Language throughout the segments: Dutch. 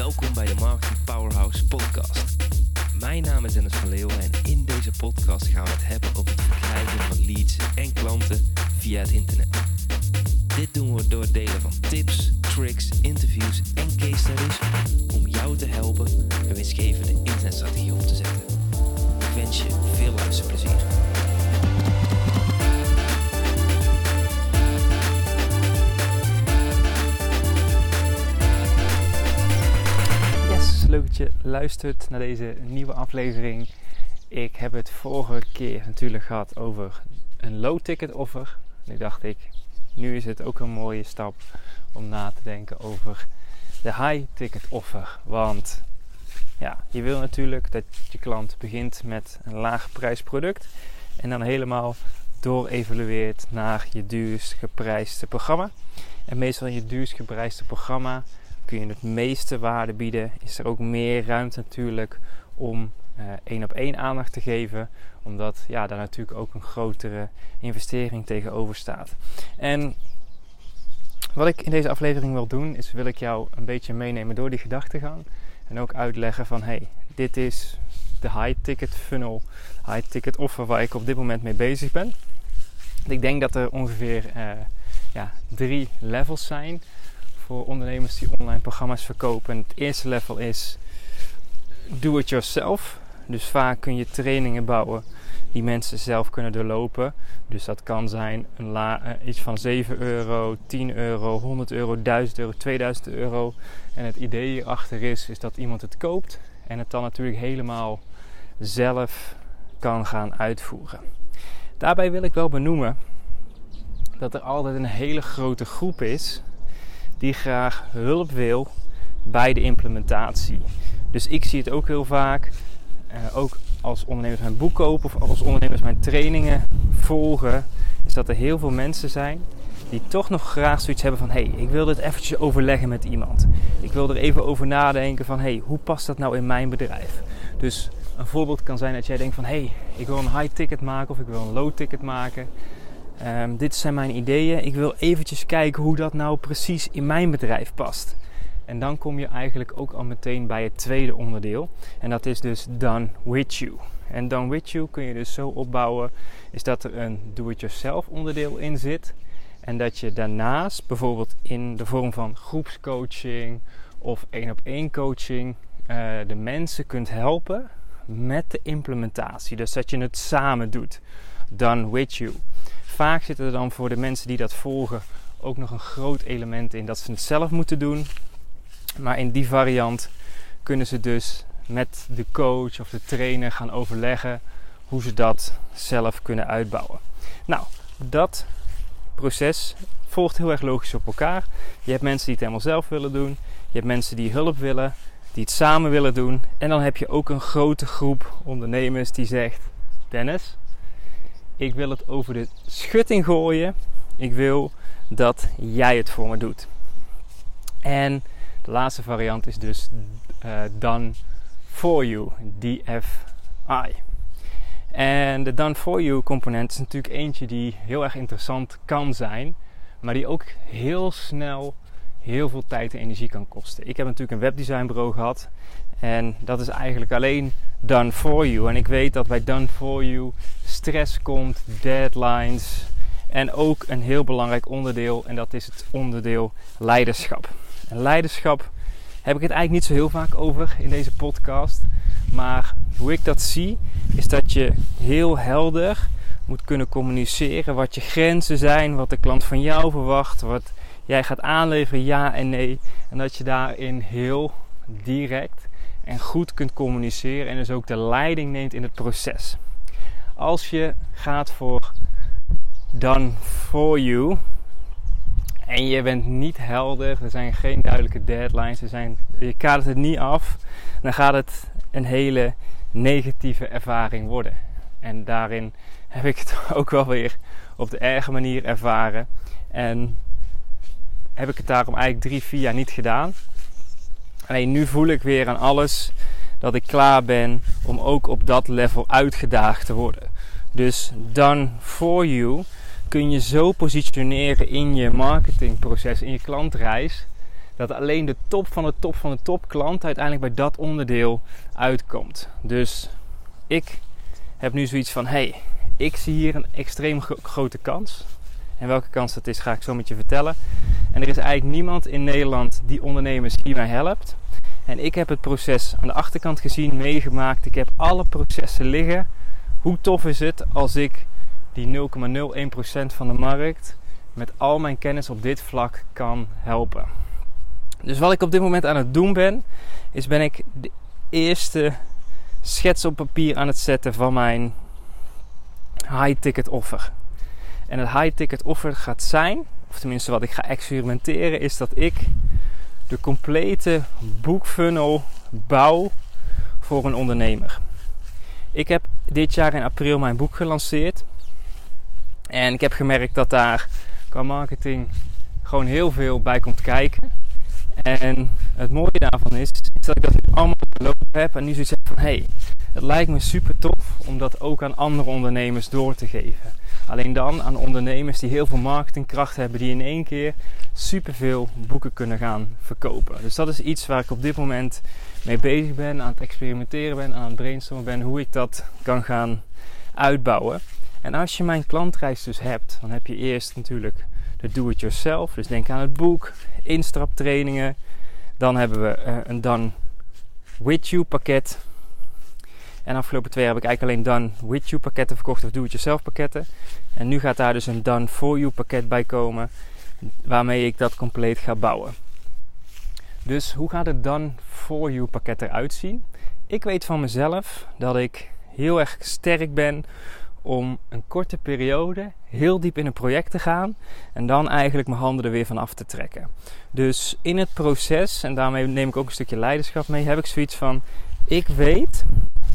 Welkom bij de Marketing Powerhouse podcast. Mijn naam is Dennis van Leeuwen en in deze podcast gaan we het hebben over het verkrijgen van leads en klanten via het internet. Dit doen we door het delen van tips, tricks, interviews en case studies om jou te helpen een winstgevende internetstrategie op te zetten. Ik wens je veel luisterplezier. Leuk dat je luistert naar deze nieuwe aflevering. Ik heb het vorige keer natuurlijk gehad over een low-ticket offer. Nu dacht ik, nu is het ook een mooie stap om na te denken over de high-ticket offer. Want ja, je wil natuurlijk dat je klant begint met een laag prijsproduct en dan helemaal doorevalueert naar je duurst geprijsde programma. En meestal in je duurst geprijsde programma kun je het meeste waarde bieden. Is er ook meer ruimte natuurlijk om 1-op-1 aandacht te geven. Omdat daar natuurlijk ook een grotere investering tegenover staat. En wat ik in deze aflevering wil doen, wil ik jou een beetje meenemen door die gedachtegang. En ook uitleggen van, dit is de high-ticket funnel, high-ticket offer waar ik op dit moment mee bezig ben. Ik denk dat er ongeveer 3 levels zijn voor ondernemers die online programma's verkopen. Het eerste level is do it yourself. Dus vaak kun je trainingen bouwen die mensen zelf kunnen doorlopen. Dus dat kan zijn iets van 7 euro, 10 euro, 100 euro, 1000 euro, 2000 euro. En het idee hierachter is dat iemand het koopt en het dan natuurlijk helemaal zelf kan gaan uitvoeren. Daarbij wil ik wel benoemen dat er altijd een hele grote groep is die graag hulp wil bij de implementatie. Dus ik zie het ook heel vaak, ook als ondernemers mijn boek kopen of als ondernemers mijn trainingen volgen, is dat er heel veel mensen zijn die toch nog graag zoiets hebben van, ik wil dit eventjes overleggen met iemand. Ik wil er even over nadenken van, hoe past dat nou in mijn bedrijf? Dus een voorbeeld kan zijn dat jij denkt van, ik wil een high ticket maken of ik wil een low ticket maken. Dit zijn mijn ideeën. Ik wil eventjes kijken hoe dat nou precies in mijn bedrijf past. En dan kom je eigenlijk ook al meteen bij het tweede onderdeel. En dat is dus Done With You. En Done With You kun je dus zo opbouwen, is dat er een do-it-yourself onderdeel in zit. En dat je daarnaast, bijvoorbeeld in de vorm van groepscoaching of 1-op-1 coaching, de mensen kunt helpen met de implementatie. Dus dat je het samen doet. Done With You. Vaak zit er dan voor de mensen die dat volgen ook nog een groot element in dat ze het zelf moeten doen. Maar in die variant kunnen ze dus met de coach of de trainer gaan overleggen hoe ze dat zelf kunnen uitbouwen. Nou, dat proces volgt heel erg logisch op elkaar. Je hebt mensen die het helemaal zelf willen doen. Je hebt mensen die hulp willen, die het samen willen doen. En dan heb je ook een grote groep ondernemers die zegt, Dennis, ik wil het over de schutting gooien. Ik wil dat jij het voor me doet. En de laatste variant is dus Done For You, DFI. En de Done For You component is natuurlijk eentje die heel erg interessant kan zijn, maar die ook heel snel heel veel tijd en energie kan kosten. Ik heb natuurlijk een webdesignbureau gehad en dat is eigenlijk alleen Done For You. En ik weet dat bij Done For You stress komt, deadlines en ook een heel belangrijk onderdeel, en dat is het onderdeel leiderschap. En leiderschap heb ik het eigenlijk niet zo heel vaak over in deze podcast, maar hoe ik dat zie is dat je heel helder moet kunnen communiceren wat je grenzen zijn, wat de klant van jou verwacht, wat jij gaat aanleveren, ja en nee, en dat je daarin heel direct en goed kunt communiceren en dus ook de leiding neemt in het proces. Als je gaat voor Done For You en je bent niet helder, er zijn geen duidelijke deadlines, je kadert het niet af, dan gaat het een hele negatieve ervaring worden. En daarin heb ik het ook wel weer op de erge manier ervaren. En heb ik het daarom eigenlijk 3-4 jaar niet gedaan. Alleen nu voel ik weer aan alles dat ik klaar ben om ook op dat level uitgedaagd te worden. Dus Done For You kun je zo positioneren in je marketingproces, in je klantreis, dat alleen de top van de top van de top klant uiteindelijk bij dat onderdeel uitkomt. Dus ik heb nu zoiets van, ik zie hier een extreem grote kans. En welke kans dat is, ga ik zo met je vertellen. En er is eigenlijk niemand in Nederland die ondernemers hiermee helpt. En ik heb het proces aan de achterkant gezien, meegemaakt. Ik heb alle processen liggen. Hoe tof is het als ik die 0,01% van de markt met al mijn kennis op dit vlak kan helpen. Dus wat ik op dit moment aan het doen ben ik de eerste schets op papier aan het zetten van mijn high-ticket offer. En het high-ticket offer gaat zijn, of tenminste wat ik ga experimenteren, is dat ik de complete boekfunnel bouw voor een ondernemer. Ik heb dit jaar in april mijn boek gelanceerd. En ik heb gemerkt dat daar qua marketing gewoon heel veel bij komt kijken. En het mooie daarvan is dat ik dat nu allemaal belopen heb. En nu zoiets heb van, het lijkt me super tof om dat ook aan andere ondernemers door te geven. Alleen dan aan ondernemers die heel veel marketingkracht hebben, die in één keer superveel boeken kunnen gaan verkopen. Dus dat is iets waar ik op dit moment mee bezig ben, aan het experimenteren ben, aan het brainstormen ben, hoe ik dat kan gaan uitbouwen. En als je mijn klantreis dus hebt, dan heb je eerst natuurlijk de do-it-yourself. Dus denk aan het boek, instaptrainingen. Dan hebben we een Done With You pakket. En afgelopen 2 jaar heb ik eigenlijk alleen Done With You pakketten verkocht of do-it-yourself pakketten. En nu gaat daar dus een Done For You pakket bij komen, waarmee ik dat compleet ga bouwen. Dus hoe gaat het Done For You pakket eruit zien? Ik weet van mezelf dat ik heel erg sterk ben om een korte periode heel diep in een project te gaan en dan eigenlijk mijn handen er weer van af te trekken. Dus in het proces, en daarmee neem ik ook een stukje leiderschap mee, heb ik zoiets van, ik weet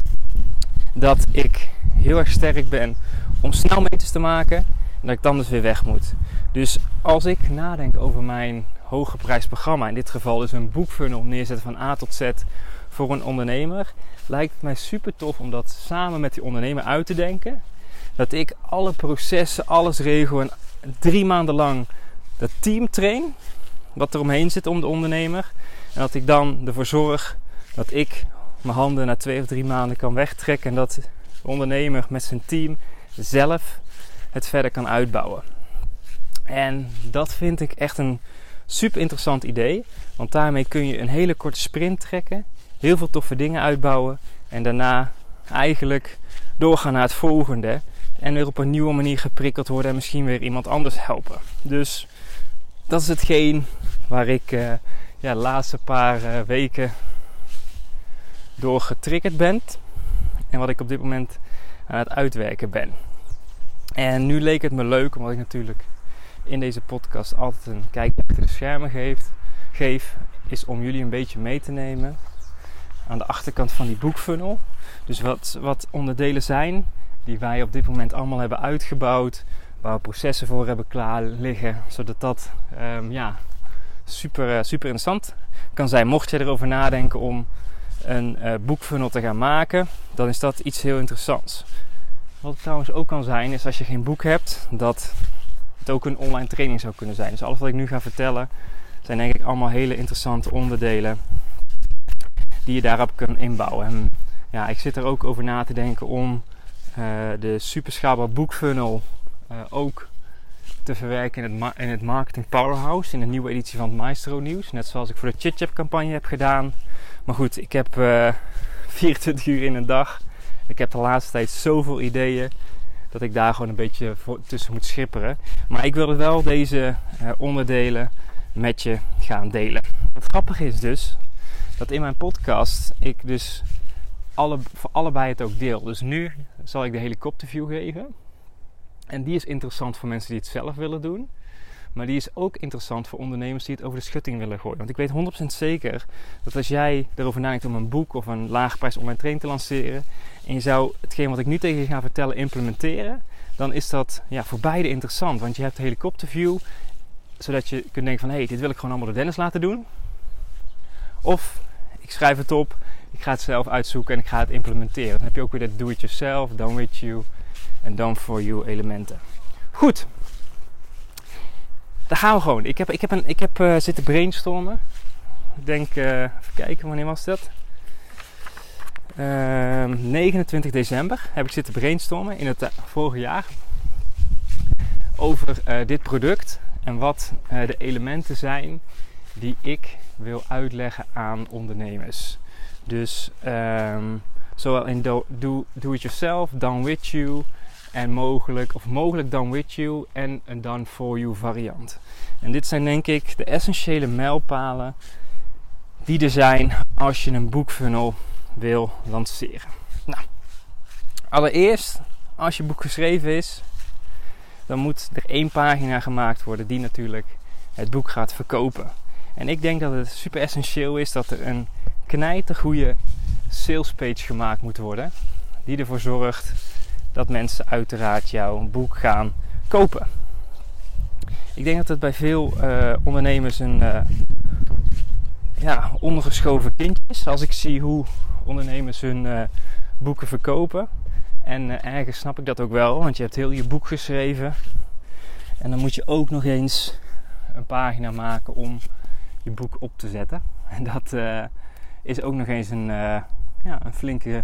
dat ik heel erg sterk ben om snel meters te maken en dat ik dan dus weer weg moet. Dus als ik nadenk over mijn hooggeprijsd programma, in dit geval dus een boekfunnel neerzetten van A tot Z voor een ondernemer, lijkt het mij super tof om dat samen met die ondernemer uit te denken. Dat ik alle processen, alles regel en 3 maanden lang dat team train, wat er omheen zit om de ondernemer. En dat ik dan ervoor zorg dat ik mijn handen na 2 of 3 maanden kan wegtrekken en dat de ondernemer met zijn team zelf het verder kan uitbouwen. En dat vind ik echt een super interessant idee, want daarmee kun je een hele korte sprint trekken, heel veel toffe dingen uitbouwen en daarna eigenlijk doorgaan naar het volgende en weer op een nieuwe manier geprikkeld worden en misschien weer iemand anders helpen. Dus dat is hetgeen waar ik de laatste paar weken door getriggerd ben en wat ik op dit moment aan het uitwerken ben. En nu leek het me leuk, omdat ik natuurlijk in deze podcast altijd een kijkje achter de schermen geef, is om jullie een beetje mee te nemen aan de achterkant van die boekfunnel. Dus wat onderdelen zijn die wij op dit moment allemaal hebben uitgebouwd, waar we processen voor hebben klaar liggen, zodat dat super interessant kan zijn. Mocht je erover nadenken om een boekfunnel te gaan maken, dan is dat iets heel interessants. Wat het trouwens ook kan zijn, is als je geen boek hebt, dat het ook een online training zou kunnen zijn. Dus alles wat ik nu ga vertellen, zijn denk ik allemaal hele interessante onderdelen die je daarop kunt inbouwen. En ja, ik zit er ook over na te denken om de super schaalbaar boekfunnel ook te verwerken in het Marketing Powerhouse, in een nieuwe editie van het Maestro Nieuws. Net zoals ik voor de ChitChat campagne heb gedaan. Maar goed, ik heb 24 uur in een dag. Ik heb de laatste tijd zoveel ideeën dat ik daar gewoon een beetje tussen moet schipperen. Maar ik wil wel deze onderdelen met je gaan delen. Het grappige is dus dat in mijn podcast ik dus voor allebei het ook deel. Dus nu zal ik de helikopterview geven. En die is interessant voor mensen die het zelf willen doen. Maar die is ook interessant voor ondernemers die het over de schutting willen gooien. Want ik weet 100% zeker dat als jij erover nadenkt om een boek of een laagprijs online training te lanceren, en je zou hetgeen wat ik nu tegen je ga vertellen implementeren, dan is dat voor beide interessant. Want je hebt de helikopterview, zodat je kunt denken van dit wil ik gewoon allemaal door Dennis laten doen. Of ik schrijf het op, ik ga het zelf uitzoeken en ik ga het implementeren. Dan heb je ook weer de do-it-yourself, done with you en done for you elementen. Goed. daar gaan we gewoon. Ik heb zitten brainstormen. Ik denk, even kijken, wanneer was dat? 29 december heb ik zitten brainstormen in het vorige jaar. Over dit product en wat de elementen zijn die ik wil uitleggen aan ondernemers. Dus zowel in do it yourself, done with you en mogelijk done with you en een done for you variant. En dit zijn denk ik de essentiële mijlpalen die er zijn als je een boekfunnel wil lanceren. Nou, allereerst, als je boek geschreven is, dan moet er 1 pagina gemaakt worden die natuurlijk het boek gaat verkopen. En ik denk dat het super essentieel is dat er een knijtergoeie salespage gemaakt moet worden, die ervoor zorgt dat mensen uiteraard jouw boek gaan kopen. Ik denk dat het bij veel ondernemers een ondergeschoven kindje is. Als ik zie hoe ondernemers hun boeken verkopen. En ergens snap ik dat ook wel, want je hebt heel je boek geschreven. En dan moet je ook nog eens een pagina maken om je boek op te zetten. En dat is ook nog eens een flinke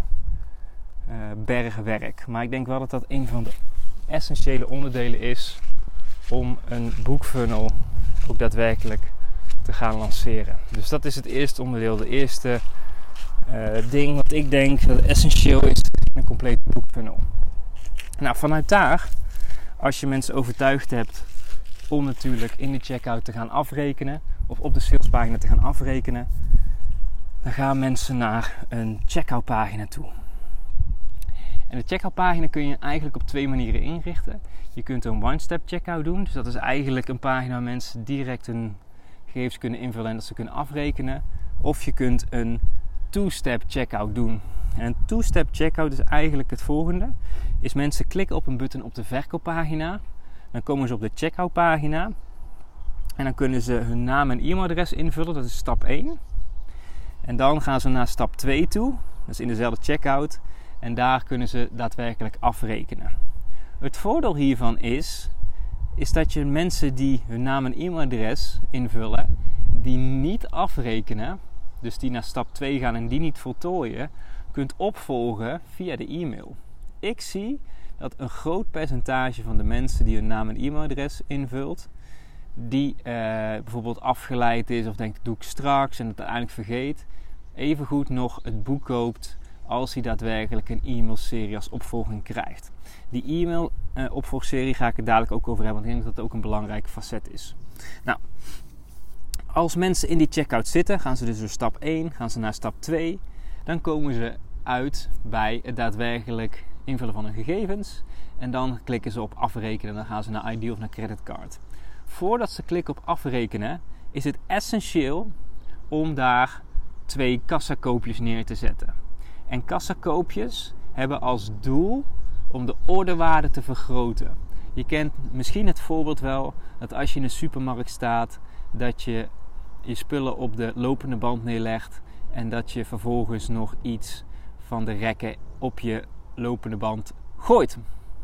berg werk. Maar ik denk wel dat dat een van de essentiële onderdelen is om een boekfunnel ook daadwerkelijk te gaan lanceren. Dus dat is het eerste onderdeel. De eerste ding wat ik denk dat essentieel is in een complete boekfunnel. Nou, vanuit daar, als je mensen overtuigd hebt om natuurlijk in de checkout te gaan afrekenen of op de salespagina te gaan afrekenen, dan gaan mensen naar een checkout pagina toe. En de checkout pagina kun je eigenlijk op 2 manieren inrichten. Je kunt een one-step checkout doen. Dus dat is eigenlijk een pagina waar mensen direct hun gegevens kunnen invullen en dat ze kunnen afrekenen. Of je kunt een two-step checkout doen. En een two-step checkout is eigenlijk het volgende. Is mensen klikken op een button op de verkooppagina. Dan komen ze op de checkout pagina. En dan kunnen ze hun naam en e-mailadres invullen. Dat is stap 1. En dan gaan ze naar stap 2 toe. Dat is in dezelfde checkout. En daar kunnen ze daadwerkelijk afrekenen. Het voordeel hiervan is dat je mensen die hun naam en e-mailadres invullen, die niet afrekenen, dus die naar stap 2 gaan en die niet voltooien, kunt opvolgen via de e-mail. Ik zie dat een groot percentage van de mensen die hun naam en e-mailadres invult, die bijvoorbeeld afgeleid is of denkt, doe ik straks en het uiteindelijk vergeet, evengoed nog het boek koopt als hij daadwerkelijk een e-mailserie als opvolging krijgt. Die e-mail opvolgserie ga ik er dadelijk ook over hebben, want ik denk dat dat ook een belangrijk facet is. Nou, als mensen in die checkout zitten, gaan ze dus door stap 1, gaan ze naar stap 2. Dan komen ze uit bij het daadwerkelijk invullen van hun gegevens. En dan klikken ze op afrekenen en dan gaan ze naar ID of naar creditcard. Voordat ze klikken op afrekenen, is het essentieel om daar 2 kassakoopjes neer te zetten. En kassakoopjes hebben als doel om de orderwaarde te vergroten. Je kent misschien het voorbeeld wel dat als je in een supermarkt staat, dat je je spullen op de lopende band neerlegt en dat je vervolgens nog iets van de rekken op je lopende band gooit.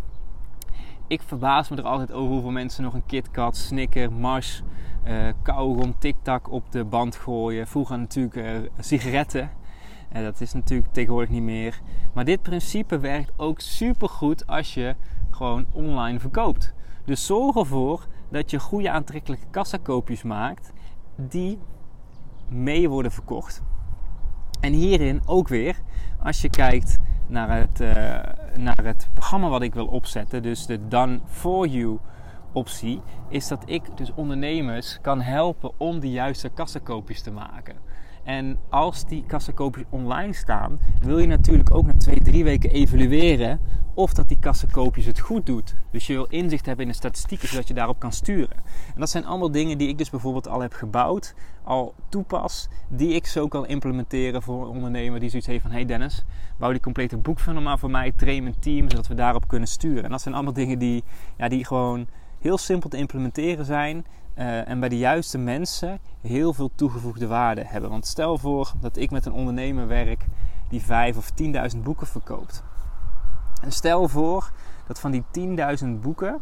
Ik verbaas me er altijd over hoeveel mensen nog een KitKat, Snicker, Mars, kauwgom, Tic-Tac op de band gooien. Vroeger natuurlijk sigaretten. En dat is natuurlijk tegenwoordig niet meer. Maar dit principe werkt ook supergoed als je gewoon online verkoopt. Dus zorg ervoor dat je goede aantrekkelijke kassakoopjes maakt die mee worden verkocht. En hierin ook weer, als je kijkt naar het programma wat ik wil opzetten, dus de Done For You optie, is dat ik dus ondernemers kan helpen om de juiste kassakoopjes te maken. En als die kassakoopjes online staan, wil je natuurlijk ook na 2-3 weken evalueren of dat die kassakoopjes het goed doet. Dus je wil inzicht hebben in de statistieken, zodat je daarop kan sturen. En dat zijn allemaal dingen die ik dus bijvoorbeeld al heb gebouwd, al toepas, die ik zo kan implementeren voor een ondernemer die zoiets heeft van: hey Dennis, bouw die complete boekfunnel maar voor mij, train mijn team, zodat we daarop kunnen sturen. En dat zijn allemaal dingen die gewoon heel simpel te implementeren zijn. En bij de juiste mensen heel veel toegevoegde waarde hebben. Want stel voor dat ik met een ondernemer werk die 5.000 of 10.000 boeken verkoopt. En stel voor dat van die 10.000 boeken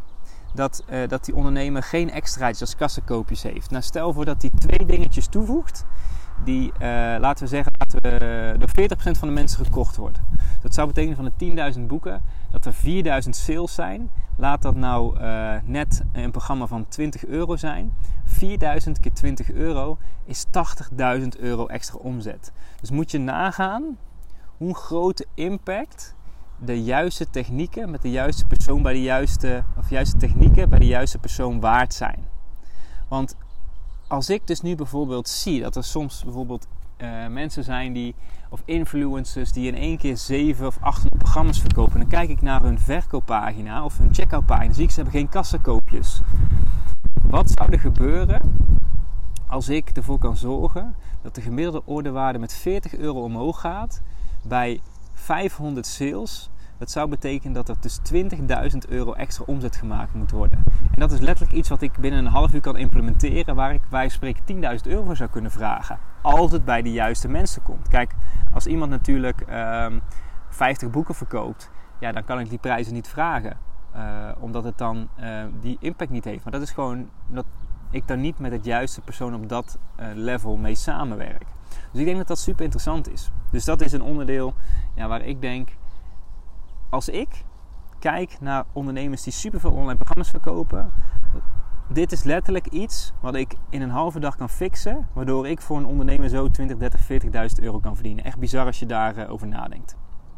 dat die ondernemer geen extraatjes als kassakoopjes heeft. Nou, stel voor dat hij 2 dingetjes toevoegt die, laten we door 40% van de mensen gekocht worden. Dat zou betekenen van de 10.000 boeken dat er 4.000 sales zijn. Laat dat nou net een programma van €20 zijn. 4.000 keer €20 is €80.000 extra omzet. Dus moet je nagaan hoe grote impact de juiste technieken met de juiste persoon bij de juiste technieken bij de juiste persoon waard zijn. Want als ik dus nu bijvoorbeeld zie dat er soms bijvoorbeeld mensen zijn of influencers die in één keer 700 of 800 programma's verkopen, dan kijk ik naar hun verkooppagina of hun checkoutpagina, zie ik ze hebben geen kassakoopjes. Wat zou er gebeuren als ik ervoor kan zorgen dat de gemiddelde orderwaarde met €40 omhoog gaat bij 500 sales? Dat zou betekenen dat er dus €20.000 extra omzet gemaakt moet worden. En dat is letterlijk iets wat ik binnen een half uur kan implementeren, waar ik bij spreken €10.000 voor zou kunnen vragen. Als het bij de juiste mensen komt. Kijk, als iemand natuurlijk 50 boeken verkoopt, ja, dan kan ik die prijzen niet vragen. Omdat het dan die impact niet heeft. Maar dat is gewoon dat ik dan niet met het juiste persoon op dat level mee samenwerk. Dus ik denk dat dat super interessant is. Dus dat is een onderdeel waar ik denk, als ik kijk naar ondernemers die superveel online programma's verkopen, dit is letterlijk iets wat ik in een halve dag kan fixen, waardoor ik voor een ondernemer zo 20, 30, €40.000 kan verdienen. Echt bizar als je daarover nadenkt.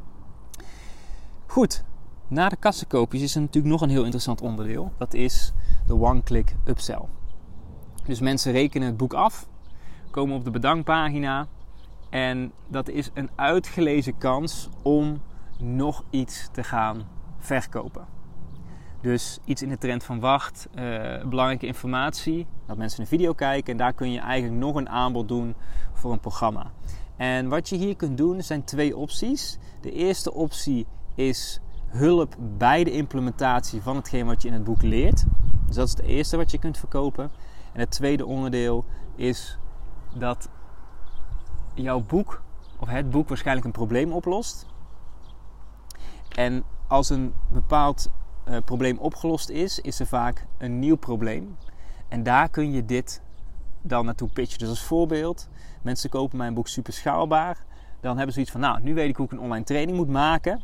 Goed, na de kassakoopjes is er natuurlijk nog een heel interessant onderdeel. Dat is de one-click upsell. Dus mensen rekenen het boek af, komen op de bedankpagina en dat is een uitgelezen kans om nog iets te gaan verkopen. Dus iets in de trend van wacht, belangrijke informatie, dat mensen een video kijken en daar kun je eigenlijk nog een aanbod doen voor een programma. En wat je hier kunt doen zijn 2 opties. De eerste optie is hulp bij de implementatie van hetgeen wat je in het boek leert. Dus dat is het eerste wat je kunt verkopen. En het tweede onderdeel is dat jouw boek of het boek waarschijnlijk een probleem oplost. En als een bepaald probleem opgelost is er vaak een nieuw probleem. En daar kun je dit dan naartoe pitchen. Dus als voorbeeld, mensen kopen mijn boek super schaalbaar. Dan hebben ze iets van, nou, nu weet ik hoe ik een online training moet maken.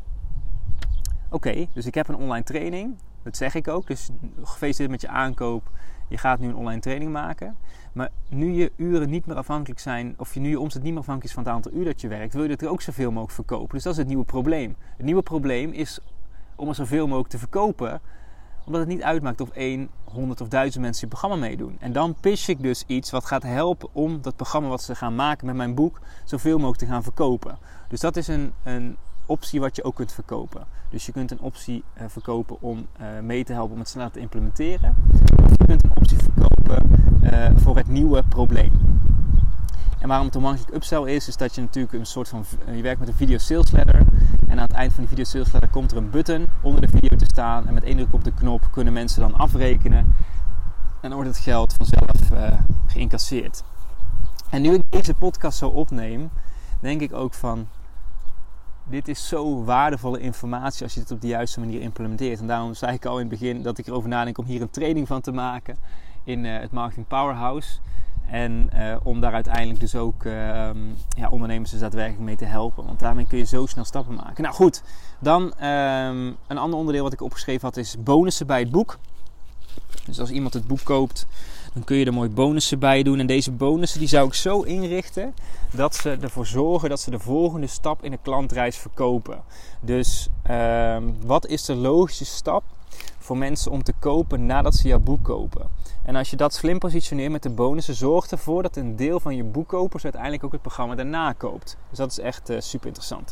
Oké, dus ik heb een online training. Dat zeg ik ook. Dus gefeliciteerd met je aankoop. Je gaat nu een online training maken. Maar nu je uren niet meer afhankelijk zijn, of nu je omzet niet meer afhankelijk is van het aantal uur dat je werkt, wil je het er ook zoveel mogelijk verkopen. Dus dat is het nieuwe probleem. Het nieuwe probleem is om er zoveel mogelijk te verkopen, omdat het niet uitmaakt of 1, 100 of 1000 mensen je programma meedoen. En dan pitch ik dus iets wat gaat helpen om dat programma wat ze gaan maken met mijn boek zoveel mogelijk te gaan verkopen. Dus dat is een optie wat je ook kunt verkopen. Dus je kunt een optie verkopen om mee te helpen om het sneller te implementeren. Of je kunt een optie verkopen voor het nieuwe probleem. En waarom het een one-click upsell is dat je natuurlijk een soort van, je werkt met een video sales ladder. En aan het eind van die video sales ladder komt er een button onder de video te staan. En met 1 druk op de knop kunnen mensen dan afrekenen. En dan wordt het geld vanzelf geïncasseerd. En nu ik deze podcast zo opneem, denk ik ook van, dit is zo waardevolle informatie als je dit op de juiste manier implementeert. En daarom zei ik al in het begin dat ik erover nadenk om hier een training van te maken in het Marketing Powerhouse. En om daar uiteindelijk dus ook ondernemers dus daadwerkelijk mee te helpen. Want daarmee kun je zo snel stappen maken. Nou goed, dan een ander onderdeel wat ik opgeschreven had is bonussen bij het boek. Dus als iemand het boek koopt, dan kun je er mooi bonussen bij doen. En deze bonussen die zou ik zo inrichten dat ze ervoor zorgen dat ze de volgende stap in de klantreis verkopen. Dus wat is de logische stap voor mensen om te kopen nadat ze jouw boek kopen? En als je dat slim positioneert met de bonussen, zorgt ervoor dat een deel van je boekkopers uiteindelijk ook het programma daarna koopt. Dus dat is echt super interessant.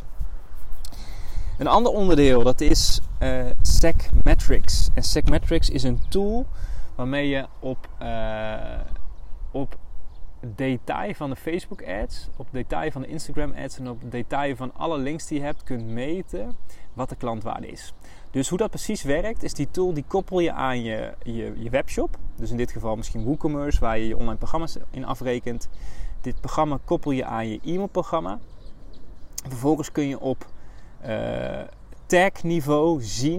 Een ander onderdeel, dat is Segmetrics. En Segmetrics is een tool waarmee je op detail van de Facebook ads, op detail van de Instagram ads en op detail van alle links die je hebt kunt meten wat de klantwaarde is. Dus hoe dat precies werkt, is die tool die koppel je aan je webshop. Dus in dit geval misschien WooCommerce, waar je online programma's in afrekent. Dit programma koppel je aan je e-mailprogramma. En vervolgens kun je op tagniveau zien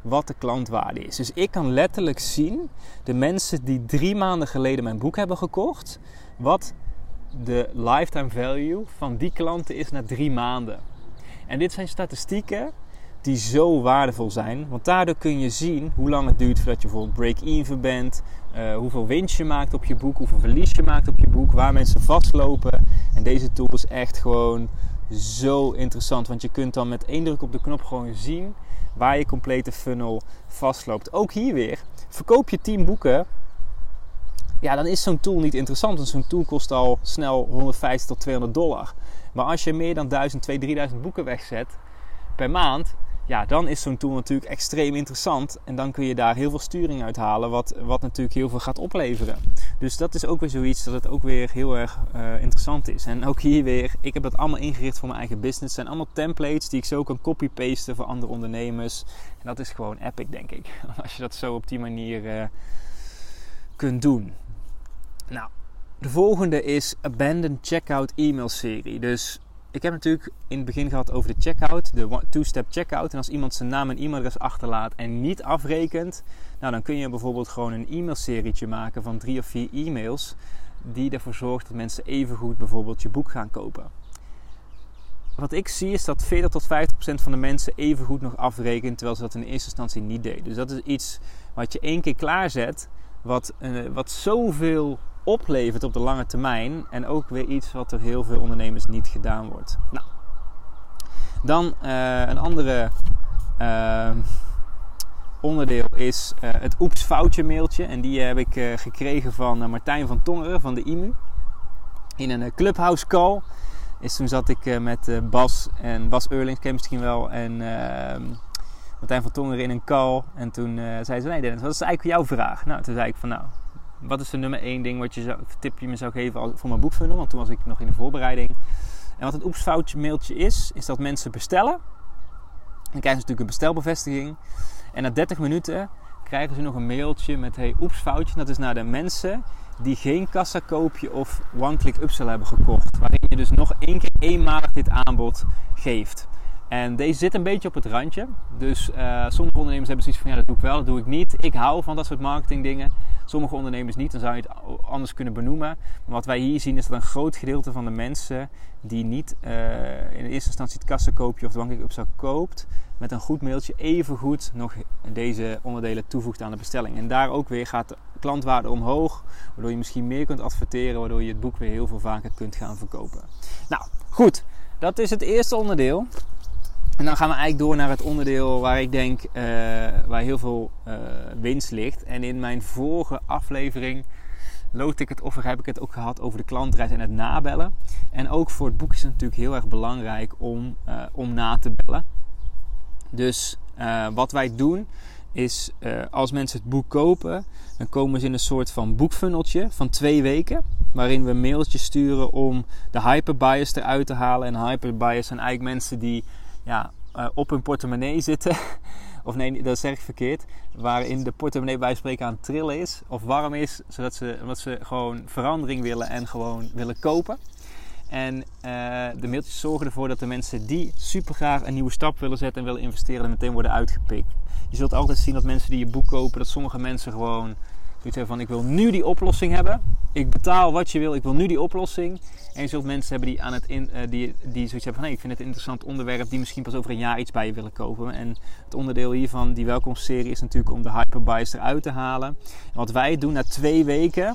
wat de klantwaarde is. Dus ik kan letterlijk zien, de mensen die 3 maanden geleden mijn boek hebben gekocht, wat de lifetime value van die klanten is na 3 maanden. En dit zijn statistieken die zo waardevol zijn. Want daardoor kun je zien hoe lang het duurt voordat je bijvoorbeeld break-even bent. Hoeveel winst je maakt op je boek. Hoeveel verlies je maakt op je boek. Waar mensen vastlopen. En deze tool is echt gewoon zo interessant. Want je kunt dan met 1 druk op de knop gewoon zien waar je complete funnel vastloopt. Ook hier weer. Verkoop je 10 boeken. Ja, dan is zo'n tool niet interessant. Want zo'n tool kost al snel $150 tot $200. Maar als je meer dan 1000, 2000, 3000 boeken wegzet per maand, ja, dan is zo'n tool natuurlijk extreem interessant. En dan kun je daar heel veel sturing uit halen, wat natuurlijk heel veel gaat opleveren. Dus dat is ook weer zoiets dat het ook weer heel erg interessant is. En ook hier weer, ik heb dat allemaal ingericht voor mijn eigen business. Het zijn allemaal templates die ik zo kan copy-pasten voor andere ondernemers. En dat is gewoon epic, denk ik. Als je dat zo op die manier kunt doen. Nou, de volgende is Abandon Checkout e-mailserie. Dus ik heb natuurlijk in het begin gehad over de checkout, de 2-step checkout. En als iemand zijn naam en e-mailadres achterlaat en niet afrekent, nou, dan kun je bijvoorbeeld gewoon een e-mailserietje maken van 3 of 4 e-mails die ervoor zorgt dat mensen evengoed bijvoorbeeld je boek gaan kopen. Wat ik zie is dat 40 tot 50% van de mensen evengoed nog afrekent, terwijl ze dat in eerste instantie niet deden. Dus dat is iets wat je 1 keer klaarzet, wat zoveel oplevert op de lange termijn. En ook weer iets wat door heel veel ondernemers niet gedaan wordt. Nou, dan een andere onderdeel is het Oeps Foutje mailtje. En die heb ik gekregen van Martijn van Tongeren van de IMU. In een Clubhouse call. Toen zat ik met Bas Eurlings, ken je misschien wel. En Martijn van Tongeren in een call. En toen zei ze, nee Dennis, wat is eigenlijk jouw vraag? Nou, toen zei ik van wat is de nummer 1 ding tip je me zou geven voor mijn boekfunnel? Want toen was ik nog in de voorbereiding. En wat het Oeps Foutje mailtje is dat mensen bestellen. Dan krijgen ze natuurlijk een bestelbevestiging. En na 30 minuten krijgen ze nog een mailtje met Oeps Foutje. Dat is naar de mensen die geen kassakoopje of one-click upsell hebben gekocht. Waarin je dus nog 1 keer eenmalig dit aanbod geeft. En deze zit een beetje op het randje. Dus sommige ondernemers hebben zoiets van, ja, dat doe ik wel, dat doe ik niet. Ik hou van dat soort marketingdingen. Sommige ondernemers niet, dan zou je het anders kunnen benoemen. Maar wat wij hier zien is dat een groot gedeelte van de mensen die niet in eerste instantie het kassakoopje of de one-click upsell koopt, met een goed mailtje evengoed nog deze onderdelen toevoegt aan de bestelling. En daar ook weer gaat de klantwaarde omhoog, waardoor je misschien meer kunt adverteren, waardoor je het boek weer heel veel vaker kunt gaan verkopen. Nou, goed. Dat is het eerste onderdeel. En dan gaan we eigenlijk door naar het onderdeel waar ik denk waar heel veel winst ligt. En in mijn vorige aflevering, Low Ticket Offer, heb ik het ook gehad over de klantreis en het nabellen. En ook voor het boek is het natuurlijk heel erg belangrijk om na te bellen. Dus wat wij doen is, als mensen het boek kopen, dan komen ze in een soort van boekfunneltje van 2 weken. Waarin we mailtjes sturen om de hyperbias eruit te halen. En hyperbias zijn eigenlijk mensen die op hun portemonnee zitten. Of nee, dat zeg ik verkeerd. Waarin de portemonnee bij spreken aan het trillen is. Of warm is. Omdat ze gewoon verandering willen en gewoon willen kopen. En de mailtjes zorgen ervoor dat de mensen die super graag een nieuwe stap willen zetten en willen investeren, er meteen worden uitgepikt. Je zult altijd zien dat mensen die je boek kopen, dat sommige mensen gewoon zoiets hebben van, ik wil nu die oplossing hebben. Ik betaal wat je wil, ik wil nu die oplossing. En je zult mensen hebben die zoiets hebben van, ik vind het een interessant onderwerp, die misschien pas over een jaar iets bij je willen kopen. En het onderdeel hiervan, die welkomstserie, is natuurlijk om de hyperbias eruit te halen. En wat wij doen na 2 weken,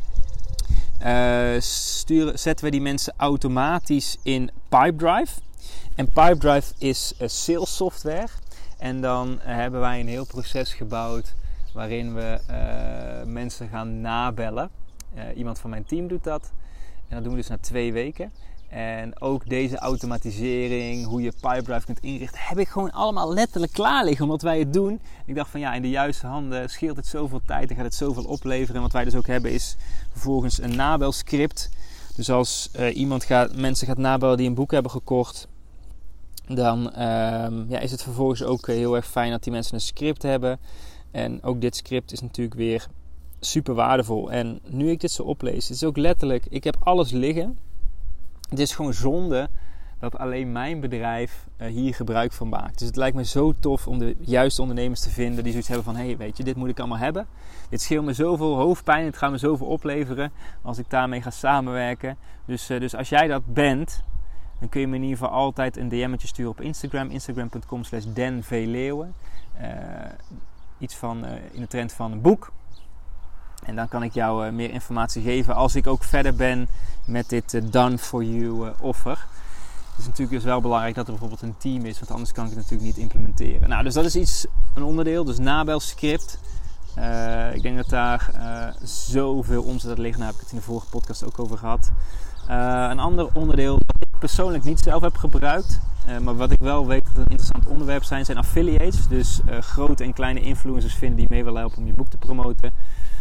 zetten we die mensen automatisch in Pipedrive. En Pipedrive is sales software. En dan hebben wij een heel proces gebouwd waarin we mensen gaan nabellen. Iemand van mijn team doet dat. En dat doen we dus na 2 weken. En ook deze automatisering, hoe je Pipedrive kunt inrichten, heb ik gewoon allemaal letterlijk klaar liggen, omdat wij het doen. Ik dacht van in de juiste handen scheelt het zoveel tijd en gaat het zoveel opleveren. En wat wij dus ook hebben is vervolgens een nabelscript. Dus als mensen gaat nabellen die een boek hebben gekocht, dan is het vervolgens ook heel erg fijn dat die mensen een script hebben. En ook dit script is natuurlijk weer super waardevol. En nu ik dit zo oplees, het is ook letterlijk, ik heb alles liggen. Het is gewoon zonde dat alleen mijn bedrijf hier gebruik van maakt. Dus het lijkt me zo tof om de juiste ondernemers te vinden die zoiets hebben van, hey, weet je, dit moet ik allemaal hebben. Dit scheelt me zoveel hoofdpijn, het gaat me zoveel opleveren als ik daarmee ga samenwerken. Dus als jij dat bent, dan kun je me in ieder geval altijd een DM'tje sturen op Instagram. Instagram.com/denvleeuwen. Iets van in de trend van een boek. En dan kan ik jou meer informatie geven als ik ook verder ben met dit Done For You offer. Het is natuurlijk dus wel belangrijk dat er bijvoorbeeld een team is, want anders kan ik het natuurlijk niet implementeren. Nou, dus dat is een onderdeel, dus nabelscript. Ik denk dat daar zoveel omzet ligt. Daar heb ik het in de vorige podcast ook over gehad. Een ander onderdeel dat ik persoonlijk niet zelf heb gebruikt, maar wat ik wel weet dat het een interessant onderwerp zijn affiliates. Dus grote en kleine influencers vinden die mee willen helpen om je boek te promoten.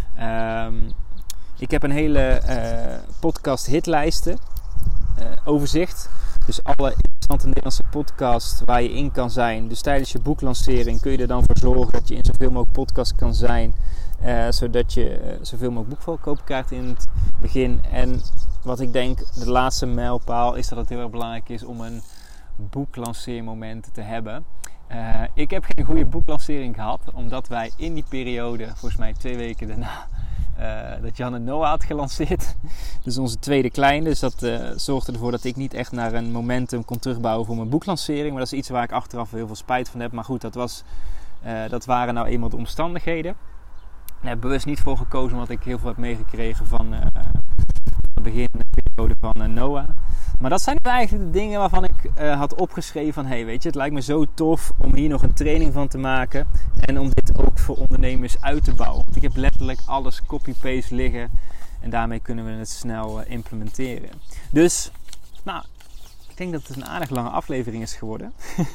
Ik heb een hele podcast hitlijsten overzicht. Dus alle interessante Nederlandse podcasts waar je in kan zijn. Dus tijdens je boeklancering kun je er dan voor zorgen dat je in zoveel mogelijk podcasts kan zijn. Zodat je zoveel mogelijk boekverkoop krijgt in het begin. En wat ik denk de laatste mijlpaal is dat het heel erg belangrijk is om een boeklanceermoment te hebben. Ik heb geen goede boeklancering gehad, omdat wij in die periode, volgens mij 2 weken daarna, dat Jan en Noah had gelanceerd. Dus onze tweede kleine. Dus dat zorgde ervoor dat ik niet echt naar een momentum kon terugbouwen voor mijn boeklancering. Maar dat is iets waar ik achteraf heel veel spijt van heb. Maar goed, dat waren nou eenmaal de omstandigheden. Daar heb ik bewust niet voor gekozen, omdat ik heel veel heb meegekregen van het begin de periode van Noah. Maar dat zijn dus eigenlijk de dingen waarvan ik had opgeschreven van, hey, weet je, het lijkt me zo tof om hier nog een training van te maken. En om dit ook voor ondernemers uit te bouwen. Want ik heb letterlijk alles copy-paste liggen. En daarmee kunnen we het snel implementeren. Dus, nou, ik denk dat het een aardig lange aflevering is geworden.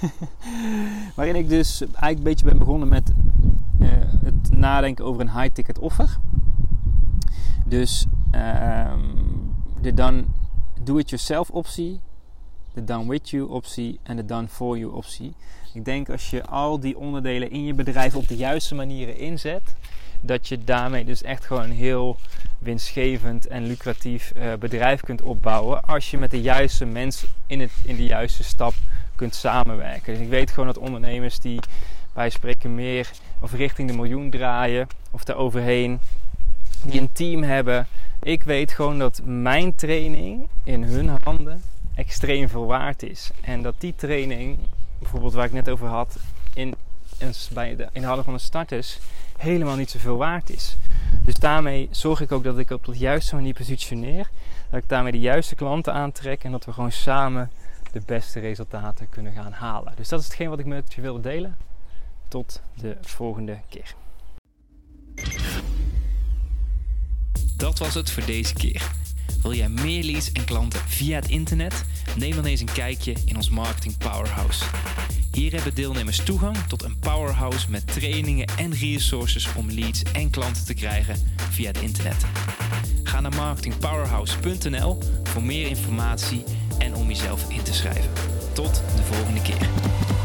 Waarin ik dus eigenlijk een beetje ben begonnen met het nadenken over een high-ticket offer. Dus de Done Do-It-Yourself optie, de Done With You optie en de Done For You optie. Ik denk als je al die onderdelen in je bedrijf op de juiste manieren inzet, dat je daarmee dus echt gewoon een heel winstgevend en lucratief bedrijf kunt opbouwen als je met de juiste mensen in de juiste stap kunt samenwerken. Dus ik weet gewoon dat ondernemers die bij spreken meer of richting de miljoen draaien of daaroverheen, die een team hebben. Ik weet gewoon dat mijn training in hun handen extreem veel waard is. En dat die training, bijvoorbeeld waar ik net over had, bij de inhouden van de starters, helemaal niet zoveel waard is. Dus daarmee zorg ik ook dat ik op de juiste manier positioneer. Dat ik daarmee de juiste klanten aantrek. En dat we gewoon samen de beste resultaten kunnen gaan halen. Dus dat is hetgeen wat ik met je wilde delen. Tot de volgende keer. Dat was het voor deze keer. Wil jij meer leads en klanten via het internet? Neem dan eens een kijkje in ons Marketing Powerhouse. Hier hebben deelnemers toegang tot een powerhouse met trainingen en resources om leads en klanten te krijgen via het internet. Ga naar marketingpowerhouse.nl voor meer informatie en om jezelf in te schrijven. Tot de volgende keer.